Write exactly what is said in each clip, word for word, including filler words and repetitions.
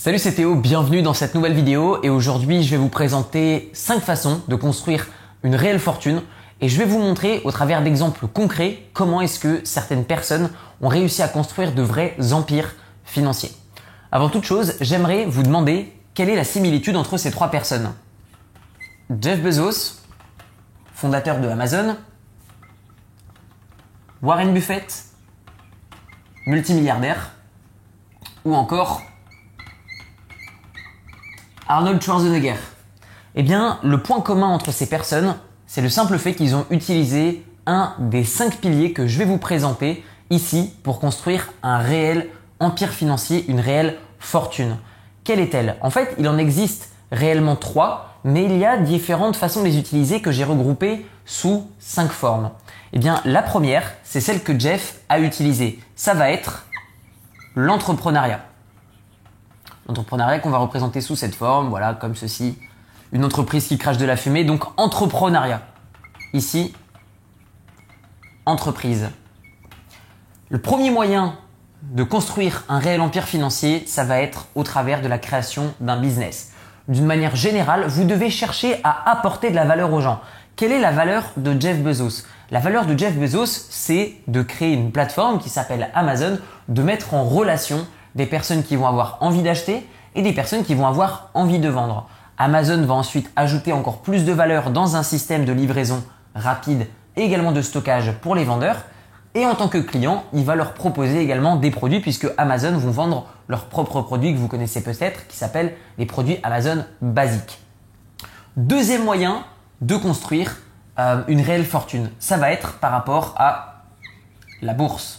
Salut, c'est Théo, bienvenue dans cette nouvelle vidéo et aujourd'hui je vais vous présenter cinq façons de construire une réelle fortune et je vais vous montrer au travers d'exemples concrets comment est-ce que certaines personnes ont réussi à construire de vrais empires financiers. Avant toute chose, j'aimerais vous demander quelle est la similitude entre ces trois personnes. Jeff Bezos, fondateur de Amazon, Warren Buffett, multimilliardaire, ou encore Arnold Schwarzenegger. Eh bien, le point commun entre ces personnes, c'est le simple fait qu'ils ont utilisé un des cinq piliers que je vais vous présenter ici pour construire un réel empire financier, une réelle fortune. Quelle est-elle? En fait, il en existe réellement trois, mais il y a différentes façons de les utiliser que j'ai regroupées sous cinq formes. Eh bien, la première, c'est celle que Jeff a utilisée. Ça va être l'entrepreneuriat. L'entrepreneuriat qu'on va représenter sous cette forme, voilà, comme ceci. Une entreprise qui crache de la fumée, donc entrepreneuriat. Ici, entreprise. Le premier moyen de construire un réel empire financier, ça va être au travers de la création d'un business. D'une manière générale, vous devez chercher à apporter de la valeur aux gens. Quelle est la valeur de Jeff Bezos? La valeur de Jeff Bezos, c'est de créer une plateforme qui s'appelle Amazon, de mettre en relation des personnes qui vont avoir envie d'acheter et des personnes qui vont avoir envie de vendre. Amazon va ensuite ajouter encore plus de valeur dans un système de livraison rapide et également de stockage pour les vendeurs. Et en tant que client, il va leur proposer également des produits puisque Amazon vont vendre leurs propres produits que vous connaissez peut-être qui s'appellent les produits Amazon basiques. Deuxième moyen de construire euh, une réelle fortune, ça va être par rapport à la bourse.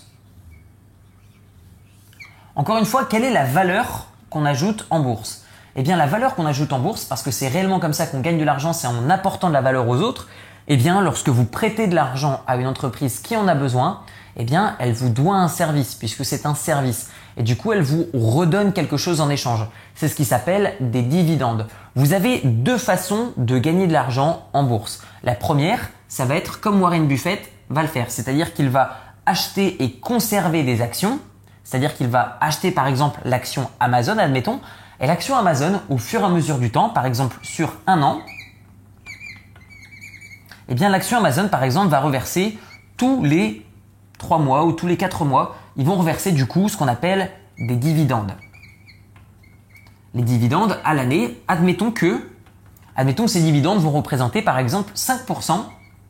Encore une fois, quelle est la valeur qu'on ajoute en bourse? Eh bien, la valeur qu'on ajoute en bourse, parce que c'est réellement comme ça qu'on gagne de l'argent, c'est en apportant de la valeur aux autres. Eh bien, lorsque vous prêtez de l'argent à une entreprise qui en a besoin, eh bien, elle vous doit un service puisque c'est un service. Et du coup, elle vous redonne quelque chose en échange. C'est ce qui s'appelle des dividendes. Vous avez deux façons de gagner de l'argent en bourse. La première, ça va être comme Warren Buffett va le faire, c'est-à-dire qu'il va acheter et conserver des actions. C'est-à-dire qu'il va acheter par exemple l'action Amazon, admettons, et l'action Amazon, au fur et à mesure du temps, par exemple sur un an, eh bien l'action Amazon par exemple va reverser tous les trois mois ou tous les quatre mois, ils vont reverser du coup ce qu'on appelle des dividendes. Les dividendes à l'année, admettons que, admettons que ces dividendes vont représenter par exemple cinq pour cent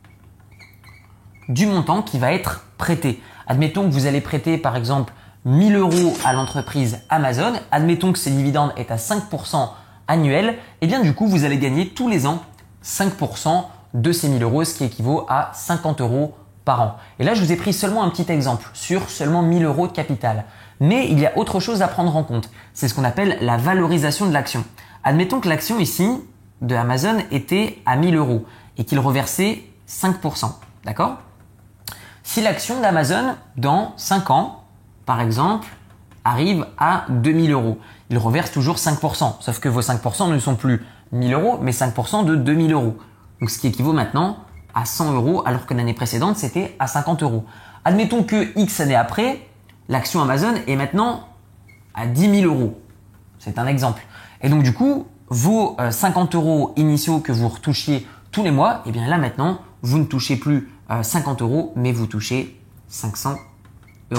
du montant qui va être prêté. Admettons que vous allez prêter par exemple mille euros à l'entreprise Amazon, admettons que ces dividendes est à cinq pour cent annuels, et bien du coup vous allez gagner tous les ans cinq pour cent de ces mille euros, ce qui équivaut à cinquante euros par an. Et là je vous ai pris seulement un petit exemple sur seulement mille euros de capital. Mais il y a autre chose à prendre en compte, c'est ce qu'on appelle la valorisation de l'action. Admettons que l'action ici de Amazon était à mille euros et qu'il reversait cinq pour cent, d'accord? Si l'action d'Amazon dans cinq ans, par exemple, arrive à deux mille euros. Il reverse toujours cinq pour cent, sauf que vos cinq pour cent ne sont plus mille euros, mais cinq pour cent de deux mille euros. Donc, ce qui équivaut maintenant à cent euros, alors que l'année précédente, c'était à cinquante euros. Admettons que X années après, l'action Amazon est maintenant à dix mille euros. C'est un exemple. Et donc, du coup, vos cinquante euros initiaux que vous retouchiez tous les mois, et bien là maintenant, vous ne touchez plus cinquante euros, mais vous touchez cinq cents euros.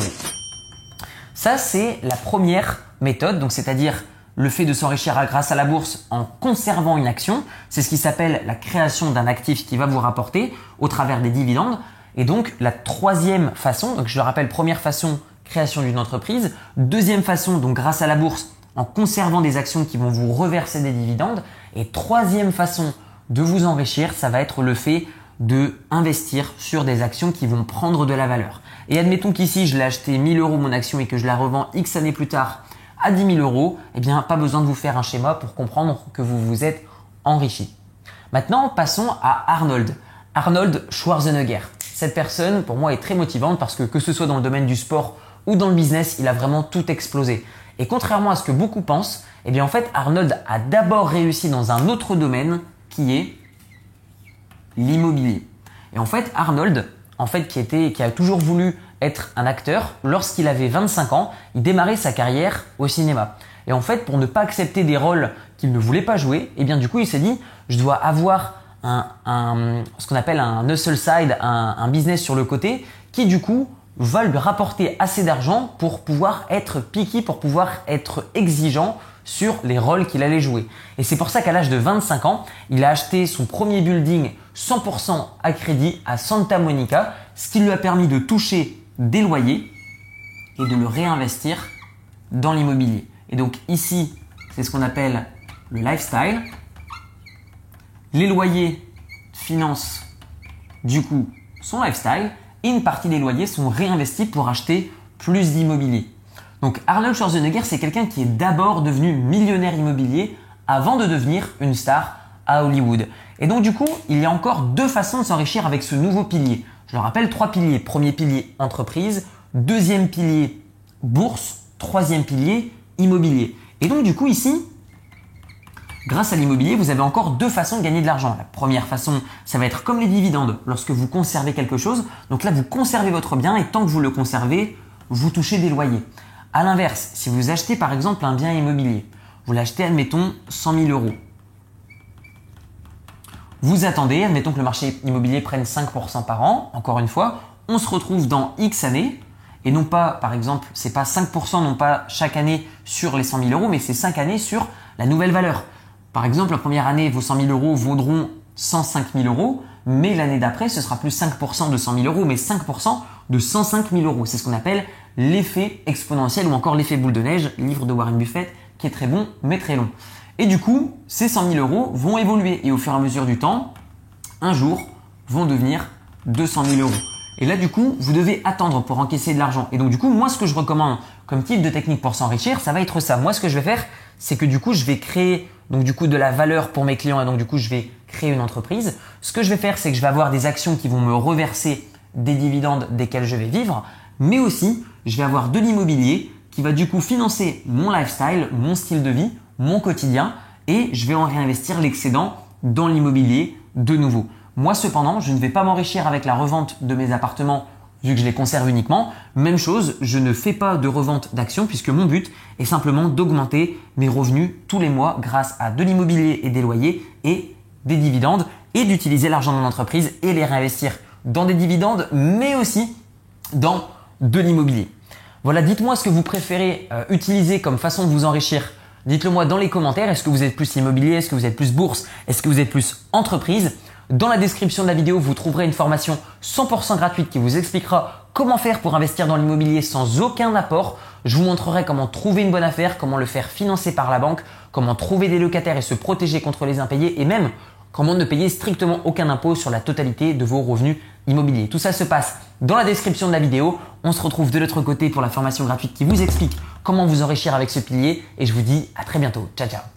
Ça, c'est la première méthode, donc c'est-à-dire le fait de s'enrichir grâce à la bourse en conservant une action. C'est ce qui s'appelle la création d'un actif qui va vous rapporter au travers des dividendes. Et donc, la troisième façon, donc je le rappelle, première façon, création d'une entreprise. Deuxième façon, donc grâce à la bourse, en conservant des actions qui vont vous reverser des dividendes. Et troisième façon de vous enrichir, ça va être le fait de investir sur des actions qui vont prendre de la valeur. Et admettons qu'ici, je l'ai acheté mille euros mon action et que je la revends X années plus tard à dix mille euros, eh bien, pas besoin de vous faire un schéma pour comprendre que vous vous êtes enrichi. Maintenant, passons à Arnold. Arnold Schwarzenegger. Cette personne, pour moi, est très motivante parce que que ce soit dans le domaine du sport ou dans le business, il a vraiment tout explosé. Et contrairement à ce que beaucoup pensent, eh bien, en fait, Arnold a d'abord réussi dans un autre domaine qui est l'immobilier. Et en fait, Arnold, en fait, qui était, qui a toujours voulu être un acteur, lorsqu'il avait vingt-cinq ans, il démarrait sa carrière au cinéma. Et en fait, pour ne pas accepter des rôles qu'il ne voulait pas jouer, et bien du coup, il s'est dit, je dois avoir un, un, ce qu'on appelle un hustle side, un, un business sur le côté qui du coup va lui rapporter assez d'argent pour pouvoir être picky, pour pouvoir être exigeant sur les rôles qu'il allait jouer. Et c'est pour ça qu'à l'âge de vingt-cinq ans, il a acheté son premier building cent pour cent à crédit à Santa Monica, ce qui lui a permis de toucher des loyers et de le réinvestir dans l'immobilier. Et donc ici, c'est ce qu'on appelle le lifestyle. Les loyers financent du coup son lifestyle et une partie des loyers sont réinvestis pour acheter plus d'immobilier. Donc Arnold Schwarzenegger, c'est quelqu'un qui est d'abord devenu millionnaire immobilier avant de devenir une star à Hollywood. Et donc du coup, il y a encore deux façons de s'enrichir avec ce nouveau pilier. Je le rappelle, trois piliers. Premier pilier, entreprise. Deuxième pilier, bourse. Troisième pilier, immobilier. Et donc du coup ici, grâce à l'immobilier, vous avez encore deux façons de gagner de l'argent. La première façon, ça va être comme les dividendes lorsque vous conservez quelque chose. Donc là, vous conservez votre bien et tant que vous le conservez, vous touchez des loyers. À l'inverse, si vous achetez par exemple un bien immobilier, vous l'achetez, admettons, cent mille euros. Vous attendez, admettons que le marché immobilier prenne cinq pour cent par an. Encore une fois, on se retrouve dans X années. Et non pas, par exemple, c'est pas cinq pour cent, non pas chaque année sur les cent mille euros, mais c'est cinq années sur la nouvelle valeur. Par exemple, la première année, vos cent mille euros vaudront cent cinq mille euros, mais l'année d'après, ce sera plus cinq pour cent de cent mille euros, mais cinq pour cent de cent cinq mille euros. C'est ce qu'on appelle l'effet exponentiel ou encore l'effet boule de neige, livre de Warren Buffett, qui est très bon, mais très long. Et du coup, ces cent mille euros vont évoluer et au fur et à mesure du temps, un jour, vont devenir deux cent mille euros. Et là, du coup, vous devez attendre pour encaisser de l'argent. Et donc, du coup, moi, ce que je recommande comme type de technique pour s'enrichir, ça va être ça. Moi, ce que je vais faire, c'est que du coup, je vais créer donc du coup de la valeur pour mes clients et donc du coup, je vais créer une entreprise. Ce que je vais faire, c'est que je vais avoir des actions qui vont me reverser des dividendes desquels je vais vivre, mais aussi, je vais avoir de l'immobilier qui va du coup financer mon lifestyle, mon style de vie, mon quotidien et je vais en réinvestir l'excédent dans l'immobilier de nouveau. Moi, cependant, je ne vais pas m'enrichir avec la revente de mes appartements vu que je les conserve uniquement. Même chose, je ne fais pas de revente d'actions puisque mon but est simplement d'augmenter mes revenus tous les mois grâce à de l'immobilier et des loyers et des dividendes et d'utiliser l'argent de mon entreprise et les réinvestir dans des dividendes mais aussi dans de l'immobilier. Voilà, dites-moi ce que vous préférez euh, utiliser comme façon de vous enrichir. Dites-le moi dans les commentaires. Est-ce que vous êtes plus immobilier? Est-ce que vous êtes plus bourse? Est-ce que vous êtes plus entreprise? Dans la description de la vidéo, vous trouverez une formation cent pour cent gratuite qui vous expliquera comment faire pour investir dans l'immobilier sans aucun apport. Je vous montrerai comment trouver une bonne affaire, comment le faire financer par la banque, comment trouver des locataires et se protéger contre les impayés et même comment ne payer strictement aucun impôt sur la totalité de vos revenus immobiliers. Tout ça se passe dans la description de la vidéo. On se retrouve de l'autre côté pour la formation gratuite qui vous explique comment vous enrichir avec ce pilier et je vous dis à très bientôt. Ciao, ciao.